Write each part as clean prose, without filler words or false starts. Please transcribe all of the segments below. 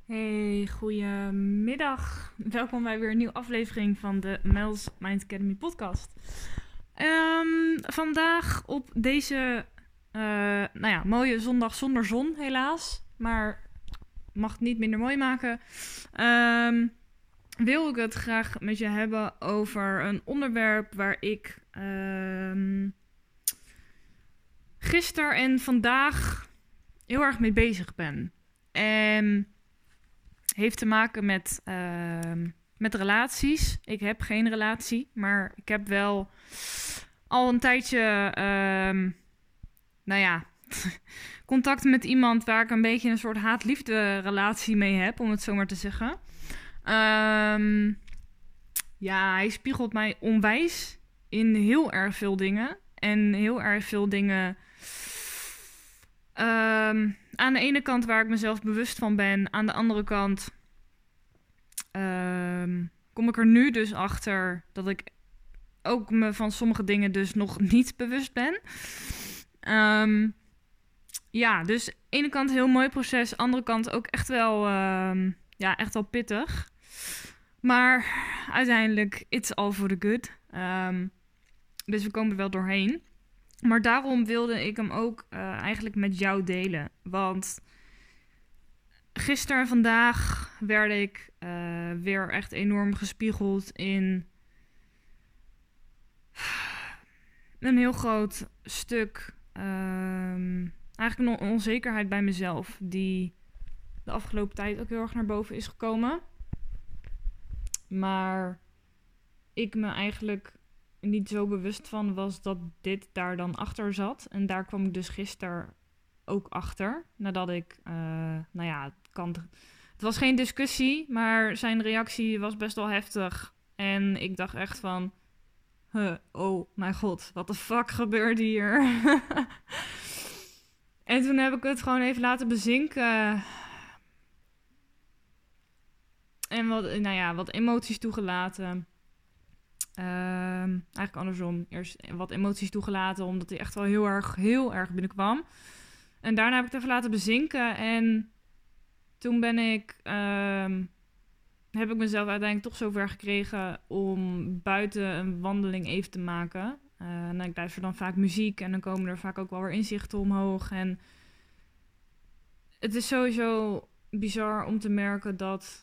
Hey, goedemiddag. Welkom bij weer een nieuwe aflevering van de Mel's Mind Academy podcast. Vandaag op deze mooie zondag zonder zon helaas, maar mag het niet minder mooi maken, wil ik het graag met je hebben over een onderwerp waar ik gisteren en vandaag heel erg mee bezig ben. En heeft te maken met relaties. Ik heb geen relatie, maar ik heb wel al een tijdje contact met iemand waar ik een beetje een soort haat-liefde relatie mee heb, om het zo maar te zeggen. Hij spiegelt mij onwijs in heel erg veel dingen. En heel erg veel dingen aan de ene kant waar ik mezelf bewust van ben. Aan de andere kant kom ik er nu dus achter dat ik ook me van sommige dingen dus nog niet bewust ben. Dus aan de ene kant een heel mooi proces. Aan de andere kant ook echt wel, echt wel pittig. Maar uiteindelijk, it's all for the good. Dus we komen er wel doorheen. Maar daarom wilde ik hem ook eigenlijk met jou delen. Want gisteren en vandaag werd ik weer echt enorm gespiegeld in een heel groot stuk. Eigenlijk een onzekerheid bij mezelf. Die de afgelopen tijd ook heel erg naar boven is gekomen. Maar ik me eigenlijk niet zo bewust van was dat dit daar dan achter zat. En daar kwam ik dus gisteren ook achter. Nadat ik, het was geen discussie, maar zijn reactie was best wel heftig. En ik dacht echt van, oh mijn god, wat de fuck gebeurde hier? En toen heb ik het gewoon even laten bezinken. En wat emoties toegelaten. Eigenlijk andersom. Eerst wat emoties toegelaten, omdat hij echt wel heel erg binnenkwam. En daarna heb ik het even laten bezinken. En toen heb ik mezelf uiteindelijk toch zover gekregen om buiten een wandeling even te maken. En ik luister dan vaak muziek en dan komen er vaak ook wel weer inzichten omhoog. En het is sowieso bizar om te merken dat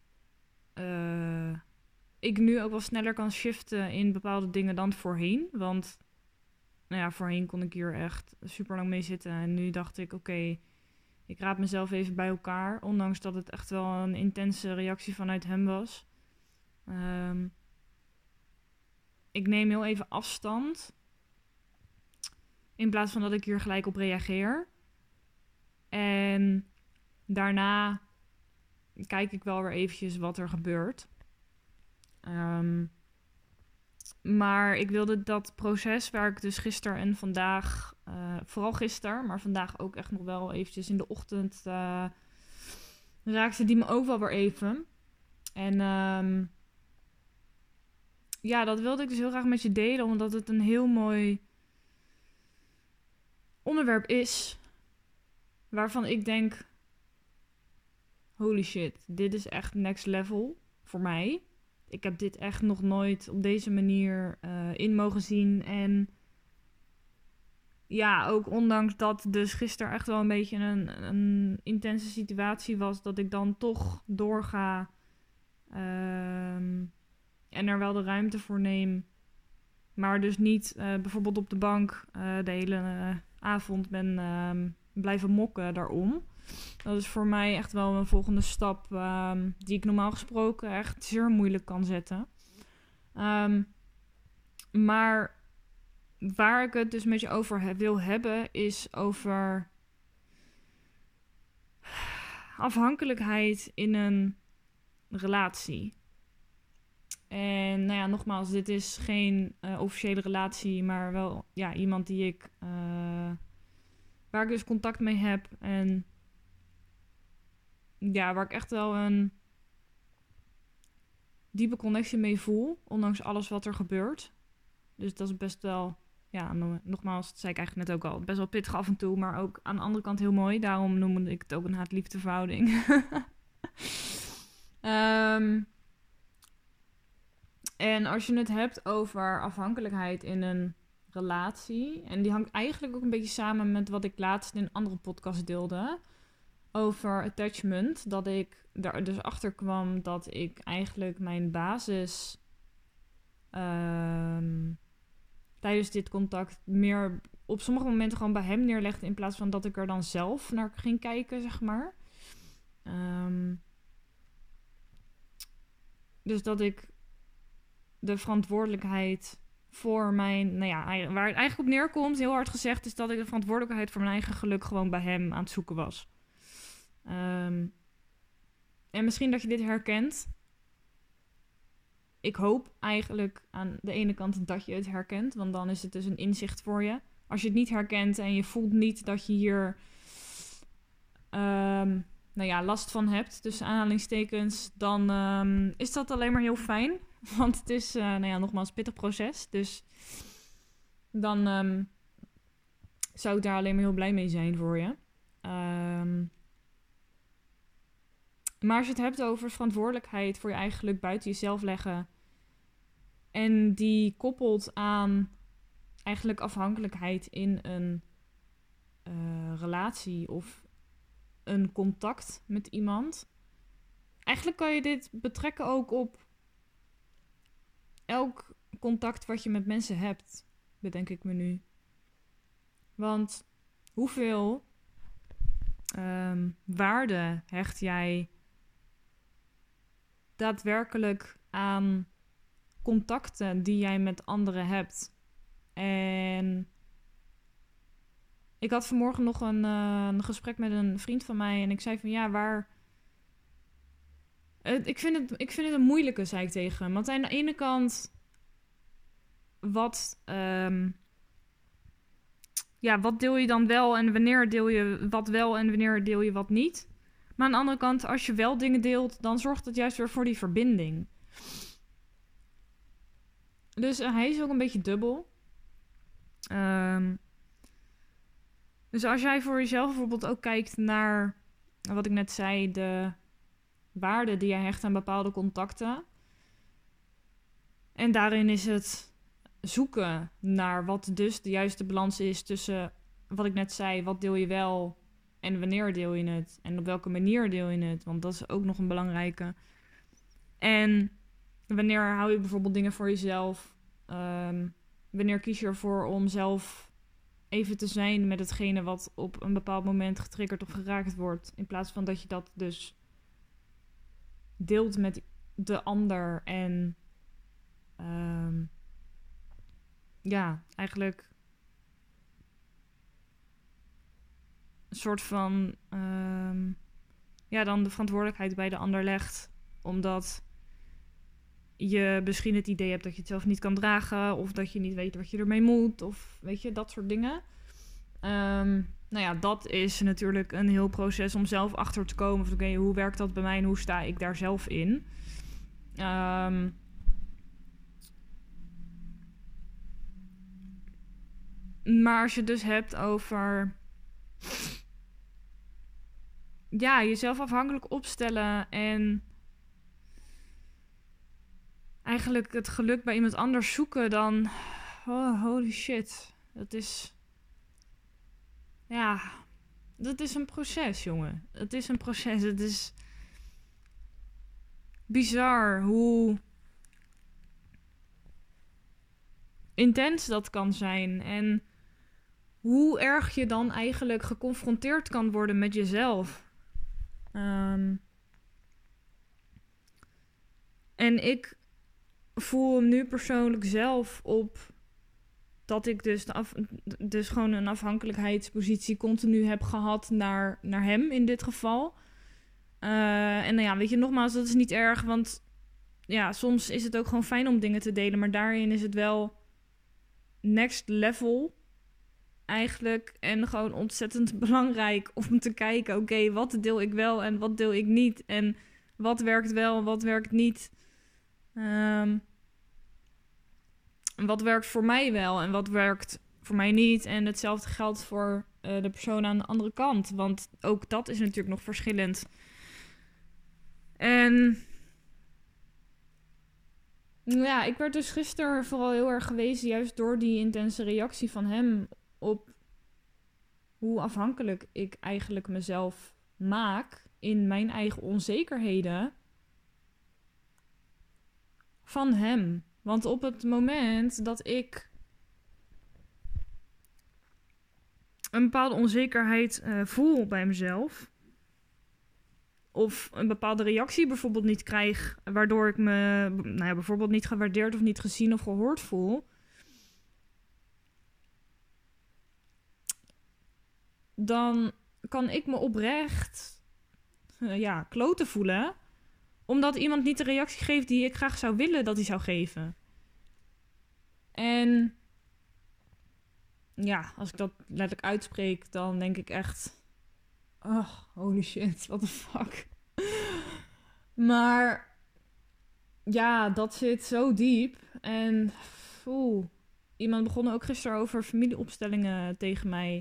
ik nu ook wel sneller kan shiften in bepaalde dingen dan voorheen. Want voorheen kon ik hier echt super lang mee zitten. En nu dacht ik, oké, ik raap mezelf even bij elkaar. Ondanks dat het echt wel een intense reactie vanuit hem was. Ik neem heel even afstand. In plaats van dat ik hier gelijk op reageer. En daarna kijk ik wel weer eventjes wat er gebeurt. Maar ik wilde dat proces waar ik dus gisteren en vandaag, vooral gisteren, maar vandaag ook echt nog wel eventjes in de ochtend, raakte die me ook wel weer even. En dat wilde ik dus heel graag met je delen, omdat het een heel mooi onderwerp is, waarvan ik denk, holy shit, dit is echt next level voor mij. Ik heb dit echt nog nooit op deze manier in mogen zien. En ja, ook ondanks dat dus gisteren echt wel een beetje een intense situatie was, dat ik dan toch doorga en er wel de ruimte voor neem. Maar dus niet bijvoorbeeld op de bank de hele avond ben blijven mokken daarom. Dat is voor mij echt wel een volgende stap die ik normaal gesproken echt zeer moeilijk kan zetten. Maar waar ik het dus met je over wil hebben, is over afhankelijkheid in een relatie. En nogmaals, dit is geen officiële relatie, maar wel iemand die ik waar ik dus contact mee heb. En waar ik echt wel een diepe connectie mee voel, ondanks alles wat er gebeurt. Dus dat is best wel, nogmaals, dat zei ik eigenlijk net ook al, best wel pittig af en toe, maar ook aan de andere kant heel mooi. Daarom noemde ik het ook een haat-liefde verhouding. En als je het hebt over afhankelijkheid in een relatie, en die hangt eigenlijk ook een beetje samen met wat ik laatst in een andere podcast deelde over attachment, dat ik daar dus achter kwam dat ik eigenlijk mijn basis tijdens dit contact meer op sommige momenten gewoon bij hem neerlegde in plaats van dat ik er dan zelf naar ging kijken, zeg maar. Dus dat ik de verantwoordelijkheid voor mijn, nou ja, waar het eigenlijk op neerkomt, heel hard gezegd, is dat ik de verantwoordelijkheid voor mijn eigen geluk gewoon bij hem aan het zoeken was. En misschien dat je dit herkent. Ik hoop eigenlijk aan de ene kant dat je het herkent, want dan is het dus een inzicht voor je. Als je het niet herkent en je voelt niet dat je hier last van hebt, tussen aanhalingstekens, dan is dat alleen maar heel fijn. Want het is, nogmaals, een pittig proces. Dus dan zou ik daar alleen maar heel blij mee zijn voor je. Maar als je het hebt over verantwoordelijkheid voor je eigen geluk buiten jezelf leggen en die koppelt aan eigenlijk afhankelijkheid in een relatie of een contact met iemand. Eigenlijk kan je dit betrekken ook op elk contact wat je met mensen hebt, bedenk ik me nu. Want hoeveel waarde hecht jij daadwerkelijk aan contacten die jij met anderen hebt? En ik had vanmorgen nog een gesprek met een vriend van mij en ik zei van ja, waar... Ik vind het een moeilijke, zei ik tegen hem. Want aan de ene kant, wat deel je dan wel en wanneer deel je wat wel en wanneer deel je wat niet? Maar aan de andere kant, als je wel dingen deelt, dan zorgt het juist weer voor die verbinding. Dus hij is ook een beetje dubbel. Dus als jij voor jezelf bijvoorbeeld ook kijkt naar, wat ik net zei, de waarde die jij hecht aan bepaalde contacten. En daarin is het zoeken naar wat dus de juiste balans is tussen wat ik net zei, wat deel je wel en wanneer deel je het en op welke manier deel je het, want dat is ook nog een belangrijke. En wanneer hou je bijvoorbeeld dingen voor jezelf? Wanneer kies je ervoor om zelf even te zijn met hetgene wat op een bepaald moment getriggerd of geraakt wordt, in plaats van dat je dat dus deelt met de ander en eigenlijk een soort van dan de verantwoordelijkheid bij de ander legt, omdat je misschien het idee hebt dat je het zelf niet kan dragen, of dat je niet weet wat je ermee moet, of weet je, dat soort dingen. Dat is natuurlijk een heel proces om zelf achter te komen van oké, hoe werkt dat bij mij en hoe sta ik daar zelf in? Maar als je het dus hebt over jezelf afhankelijk opstellen en eigenlijk het geluk bij iemand anders zoeken, dan holy shit. Dat is een proces, jongen. Het is een proces. Het is bizar hoe intens dat kan zijn. En hoe erg je dan eigenlijk geconfronteerd kan worden met jezelf. En ik voel nu persoonlijk zelf op dat ik dus gewoon een afhankelijkheidspositie continu heb gehad naar hem in dit geval. Weet je, nogmaals, dat is niet erg, want ja, soms is het ook gewoon fijn om dingen te delen, maar daarin is het wel next level eigenlijk en gewoon ontzettend belangrijk om te kijken, oké, wat deel ik wel en wat deel ik niet en wat werkt wel en wat werkt niet. Wat werkt voor mij wel en wat werkt voor mij niet. En hetzelfde geldt voor de persoon aan de andere kant. Want ook dat is natuurlijk nog verschillend. En ja, ik werd dus gisteren vooral heel erg gewezen, juist door die intense reactie van hem, op hoe afhankelijk ik eigenlijk mezelf maak in mijn eigen onzekerheden van hem. Want op het moment dat ik een bepaalde onzekerheid voel bij mezelf, of een bepaalde reactie bijvoorbeeld niet krijg, waardoor ik me bijvoorbeeld niet gewaardeerd of niet gezien of gehoord voel, dan kan ik me oprecht kloten voelen, omdat iemand niet de reactie geeft die ik graag zou willen dat hij zou geven. En ja, als ik dat letterlijk uitspreek, dan denk ik echt, oh, holy shit, what the fuck. Maar ja, dat zit zo diep. En iemand begon ook gisteren over familieopstellingen tegen mij.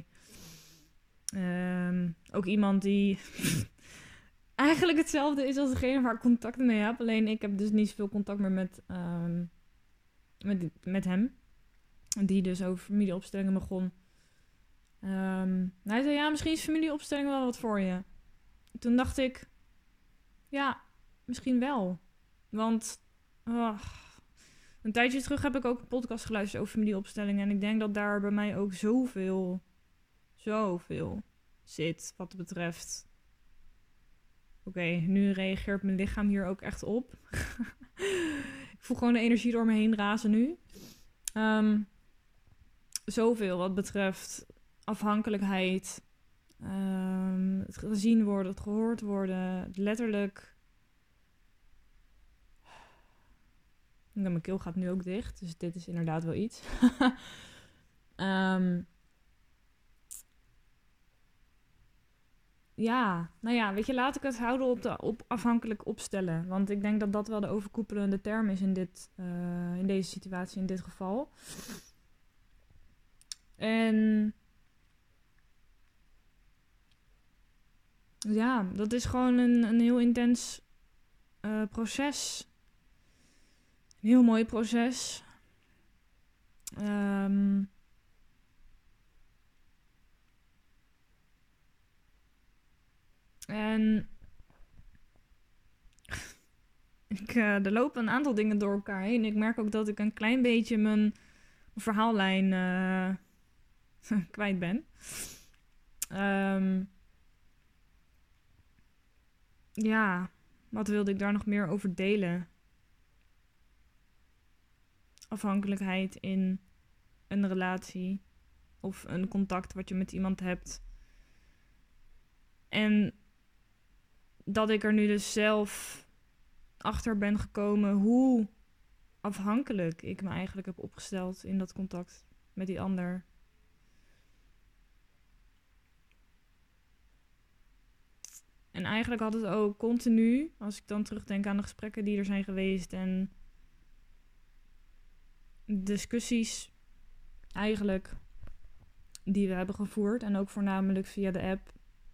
Ook iemand die eigenlijk hetzelfde is als degene waar ik contact mee heb. Alleen ik heb dus niet zoveel contact meer met hem. Die dus over familieopstellingen begon. Hij zei, ja, misschien is familieopstelling wel wat voor je. Toen dacht ik, ja, misschien wel. Want een tijdje terug heb ik ook een podcast geluisterd over familieopstellingen. En ik denk dat daar bij mij ook zoveel zit wat betreft. Oké, nu reageert mijn lichaam hier ook echt op. Ik voel gewoon de energie door me heen razen nu. Zoveel wat betreft afhankelijkheid. Het gezien worden, het gehoord worden. Het letterlijk. Mijn keel gaat nu ook dicht. Dus dit is inderdaad wel iets. Weet je, laat ik het houden op afhankelijk opstellen. Want ik denk dat dat wel de overkoepelende term is in deze situatie, in dit geval. En ja, dat is gewoon een heel intens proces. Een heel mooi proces. En er lopen een aantal dingen door elkaar heen. Ik merk ook dat ik een klein beetje mijn verhaallijn kwijt ben. Wat wilde ik daar nog meer over delen? Afhankelijkheid in een relatie of een contact wat je met iemand hebt. En dat ik er nu dus zelf achter ben gekomen hoe afhankelijk ik me eigenlijk heb opgesteld in dat contact met die ander. En eigenlijk had het ook continu, als ik dan terugdenk aan de gesprekken die er zijn geweest en discussies eigenlijk die we hebben gevoerd. En ook voornamelijk via de app.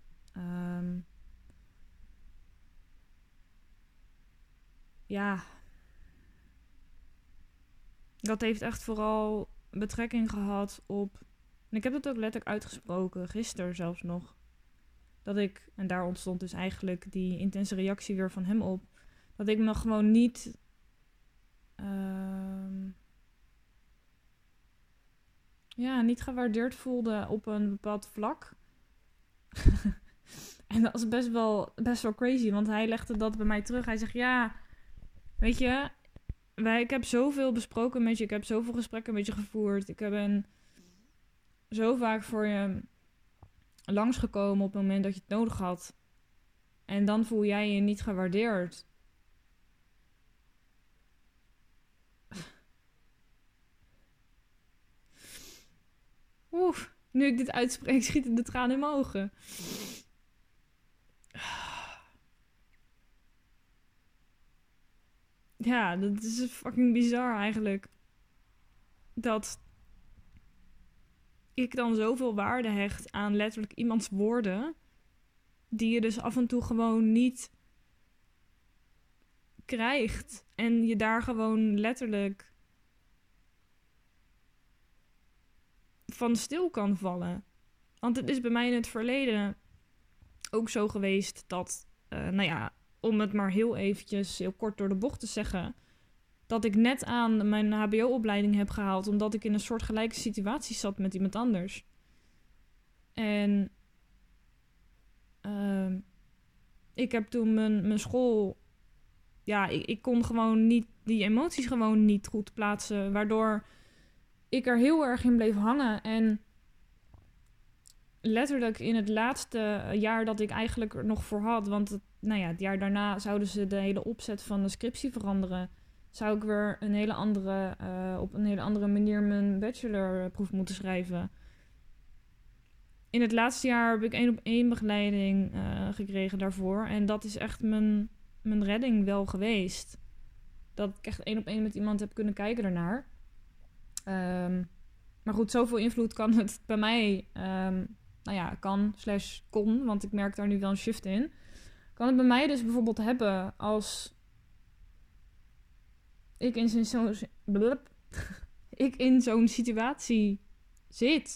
Dat heeft echt vooral betrekking gehad op. En ik heb het ook letterlijk uitgesproken, gisteren zelfs nog. En daar ontstond dus eigenlijk die intense reactie weer van hem op. Dat ik me gewoon niet. Niet gewaardeerd voelde op een bepaald vlak. En dat was best wel crazy, want hij legde dat bij mij terug. Hij zegt, ja, weet je, ik heb zoveel besproken met je. Ik heb zoveel gesprekken met je gevoerd. Ik ben zo vaak voor je langsgekomen op het moment dat je het nodig had. En dan voel jij je niet gewaardeerd. Nu ik dit uitspreek, schieten de tranen in mijn ogen. Ja, dat is fucking bizar eigenlijk. Dat ik dan zoveel waarde hecht aan letterlijk iemands woorden, die je dus af en toe gewoon niet krijgt en je daar gewoon letterlijk van stil kan vallen. Want het is bij mij in het verleden ook zo geweest dat, om het maar heel kort door de bocht te zeggen, dat ik net aan mijn HBO-opleiding heb gehaald omdat ik in een soortgelijke situatie zat met iemand anders. En ik heb toen mijn school... Ja, ik kon gewoon niet die emoties gewoon niet goed plaatsen, waardoor ik er heel erg in bleef hangen. En letterlijk in het laatste jaar dat ik eigenlijk er nog voor had, want het jaar daarna zouden ze de hele opzet van de scriptie veranderen, zou ik weer op een hele andere manier mijn bachelorproef moeten schrijven. In het laatste jaar heb ik 1-op-1 begeleiding gekregen daarvoor. En dat is echt mijn redding wel geweest. Dat ik echt 1-op-1 met iemand heb kunnen kijken daarnaar. Maar goed, zoveel invloed kan het bij mij... kon, want ik merk daar nu wel een shift in. Kan het bij mij dus bijvoorbeeld hebben als ik in zo'n situatie zit.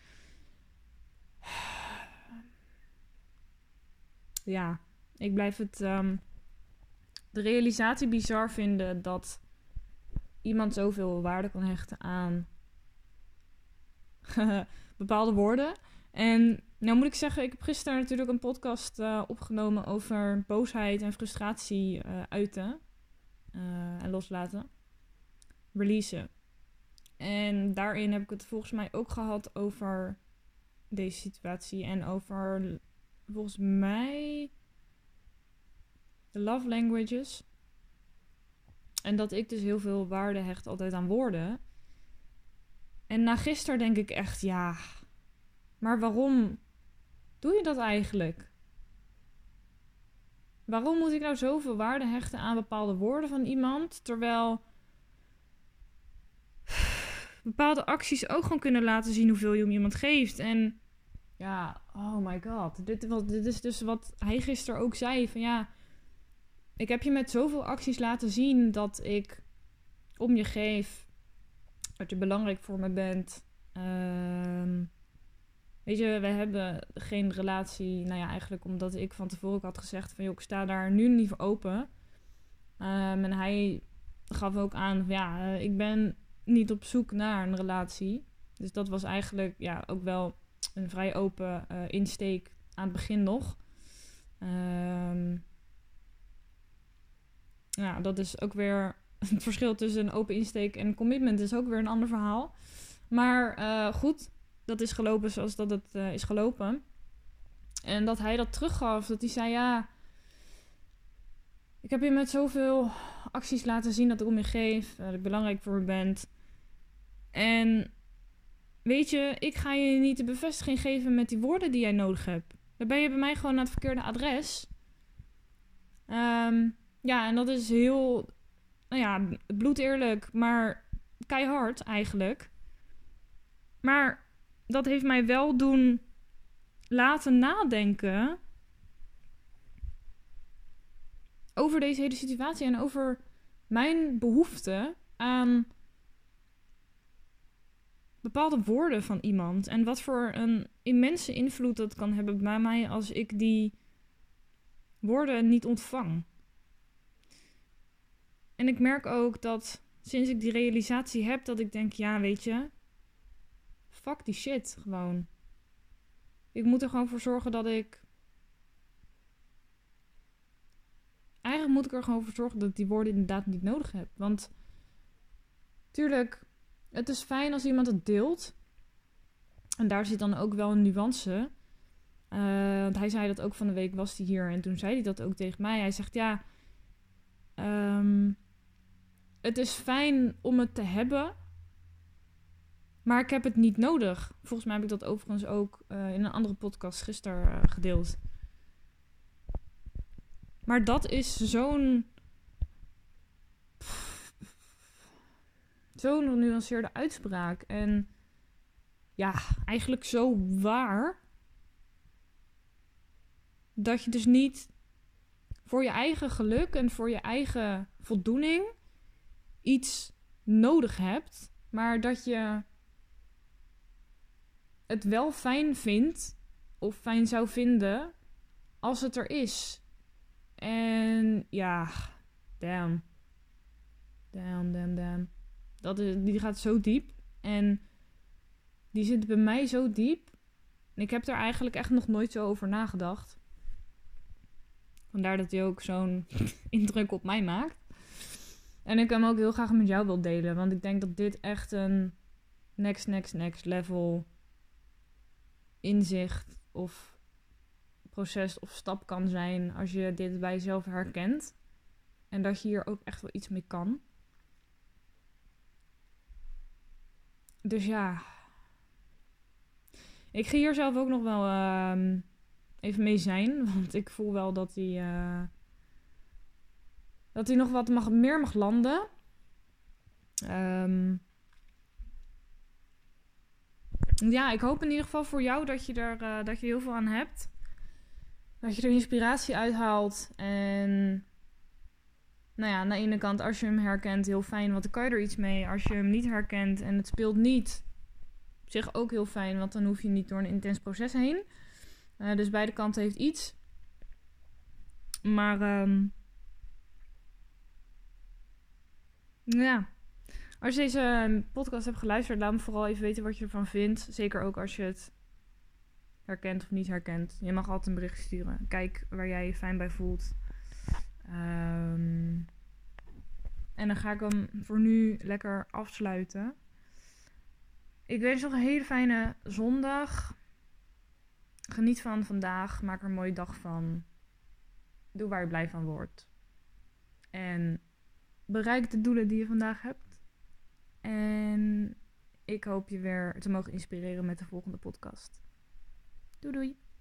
Ja, ik blijf het de realisatie bizar vinden dat iemand zoveel waarde kan hechten aan bepaalde woorden. En nou moet ik zeggen, ik heb gisteren natuurlijk een podcast opgenomen over boosheid en frustratie uiten en loslaten. Releasen. En daarin heb ik het volgens mij ook gehad over deze situatie en over volgens mij de love languages. En dat ik dus heel veel waarde hecht altijd aan woorden. En na gisteren denk ik echt, ja, maar waarom doe je dat eigenlijk? Waarom moet ik nou zoveel waarde hechten aan bepaalde woorden van iemand, terwijl bepaalde acties ook gewoon kunnen laten zien hoeveel je om iemand geeft? En ja, oh my god, dit is dus wat hij gisteren ook zei, van ja, ik heb je met zoveel acties laten zien dat ik om je geef, dat je belangrijk voor me bent. Weet je, we hebben geen relatie. Nou ja, eigenlijk omdat ik van tevoren had gezegd van, joh, ik sta daar nu niet voor open. En hij gaf ook aan van, ja, ik ben niet op zoek naar een relatie. Dus dat was eigenlijk ja ook wel een vrij open insteek aan het begin nog. Ja, dat is ook weer het verschil tussen een open insteek en commitment is ook weer een ander verhaal. Maar goed, dat is gelopen zoals dat het is gelopen. En dat hij dat teruggaf, dat hij zei, ja, ik heb je met zoveel acties laten zien dat ik om je geef, dat ik belangrijk voor me ben. En weet je, ik ga je niet de bevestiging geven met die woorden die jij nodig hebt. Dan ben je bij mij gewoon aan het verkeerde adres. Ja, en dat is heel, bloedeerlijk, maar keihard eigenlijk. Maar dat heeft mij wel doen laten nadenken over deze hele situatie en over mijn behoefte aan bepaalde woorden van iemand. En wat voor een immense invloed dat kan hebben bij mij als ik die woorden niet ontvang. En ik merk ook dat sinds ik die realisatie heb, dat ik denk, ja, weet je, fuck die shit gewoon. Ik moet er gewoon voor zorgen dat ik... Eigenlijk moet ik er gewoon voor zorgen dat ik die woorden inderdaad niet nodig heb. Want tuurlijk, het is fijn als iemand het deelt. En daar zit dan ook wel een nuance. Want hij zei dat ook van de week, was hij hier. En toen zei hij dat ook tegen mij. Hij zegt, ja, het is fijn om het te hebben, maar ik heb het niet nodig. Volgens mij heb ik dat overigens ook in een andere podcast gisteren gedeeld. Maar dat is zo'n genuanceerde uitspraak. En ja, eigenlijk zo waar, dat je dus niet voor je eigen geluk en voor je eigen voldoening iets nodig hebt, maar dat je het wel fijn vindt of fijn zou vinden als het er is. En ja, damn. Die gaat zo diep. En die zit bij mij zo diep. En ik heb daar eigenlijk echt nog nooit zo over nagedacht. Vandaar dat hij ook zo'n indruk op mij maakt. En ik hem ook heel graag met jou wil delen. Want ik denk dat dit echt een next level inzicht of proces of stap kan zijn als je dit bij jezelf herkent. En dat je hier ook echt wel iets mee kan. Dus ja. Ik ga hier zelf ook nog wel even mee zijn. Want ik voel wel dat hij nog wat meer mag landen. Ja, ik hoop in ieder geval voor jou dat je er heel veel aan hebt. Dat je er inspiratie uithaalt. En nou ja, aan de ene kant, als je hem herkent, heel fijn, want dan kan je er iets mee. Als je hem niet herkent en het speelt niet, op zich ook heel fijn, want dan hoef je niet door een intens proces heen. Dus beide kanten heeft iets. Maar ja, als je deze podcast hebt geluisterd, laat me vooral even weten wat je ervan vindt. Zeker ook als je het herkent of niet herkent. Je mag altijd een bericht sturen. Kijk waar jij je fijn bij voelt. En dan ga ik hem voor nu lekker afsluiten. Ik wens je nog een hele fijne zondag. Geniet van vandaag. Maak er een mooie dag van. Doe waar je blij van wordt. En bereik de doelen die je vandaag hebt. En ik hoop je weer te mogen inspireren met de volgende podcast. Doei doei.